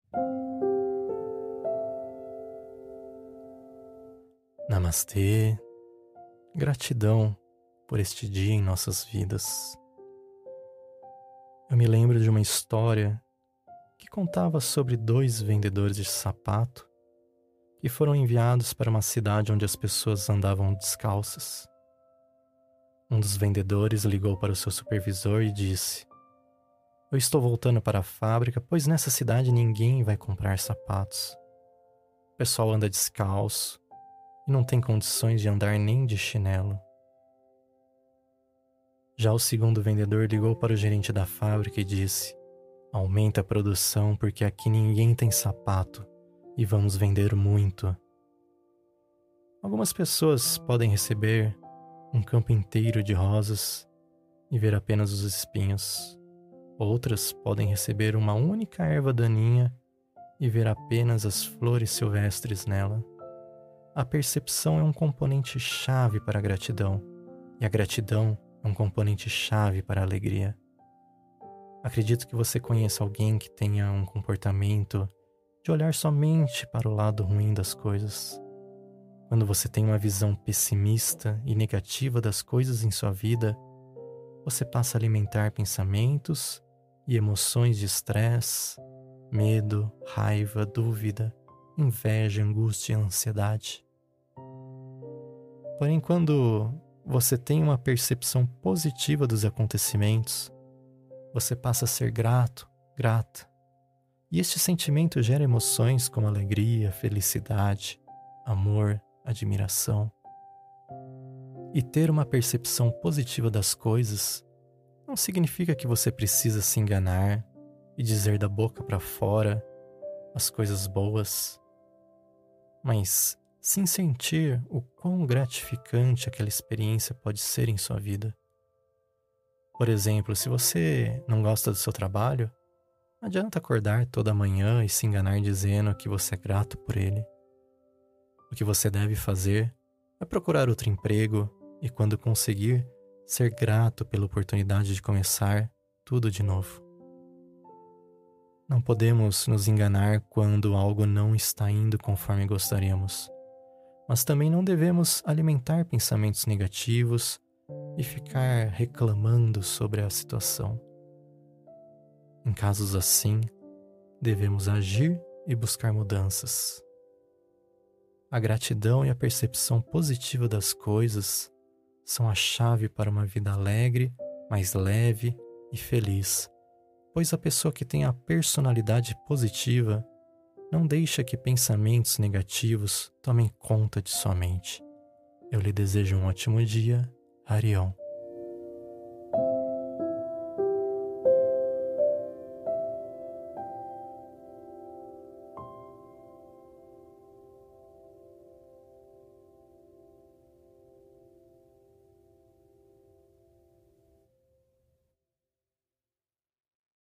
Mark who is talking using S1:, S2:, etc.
S1: Namastê, gratidão por este dia em nossas vidas. Eu me lembro de uma história que contava sobre 2 vendedores de sapato que foram enviados para uma cidade onde as pessoas andavam descalças. Um dos vendedores ligou para o seu supervisor e disse: "Eu estou voltando para a fábrica, pois nessa cidade ninguém vai comprar sapatos. O pessoal anda descalço e não tem condições de andar nem de chinelo." Já o segundo vendedor ligou para o gerente da fábrica e disse: "Aumenta a produção porque aqui ninguém tem sapato e vamos vender muito." Algumas pessoas podem receber um campo inteiro de rosas e ver apenas os espinhos. Outras podem receber uma única erva daninha e ver apenas as flores silvestres nela. A percepção é um componente chave para a gratidão, e a gratidão é um componente chave para a alegria. Acredito que você conheça alguém que tenha um comportamento de olhar somente para o lado ruim das coisas. Quando você tem uma visão pessimista e negativa das coisas em sua vida, você passa a alimentar pensamentos e emoções de estresse, medo, raiva, dúvida, inveja, angústia e ansiedade. Porém, quando você tem uma percepção positiva dos acontecimentos, você passa a ser grato, grata. E este sentimento gera emoções como alegria, felicidade, amor, admiração. E ter uma percepção positiva das coisas não significa que você precisa se enganar e dizer da boca para fora as coisas boas, mas sim sentir o quão gratificante aquela experiência pode ser em sua vida. Por exemplo, se você não gosta do seu trabalho, não adianta acordar toda manhã e se enganar dizendo que você é grato por ele. O que você deve fazer é procurar outro emprego e, quando conseguir, ser grato pela oportunidade de começar tudo de novo. Não podemos nos enganar quando algo não está indo conforme gostaríamos, mas também não devemos alimentar pensamentos negativos e ficar reclamando sobre a situação. Em casos assim, devemos agir e buscar mudanças. A gratidão e a percepção positiva das coisas são a chave para uma vida alegre, mais leve e feliz, pois a pessoa que tem a personalidade positiva não deixa que pensamentos negativos tomem conta de sua mente. Eu lhe desejo um ótimo dia. Harion.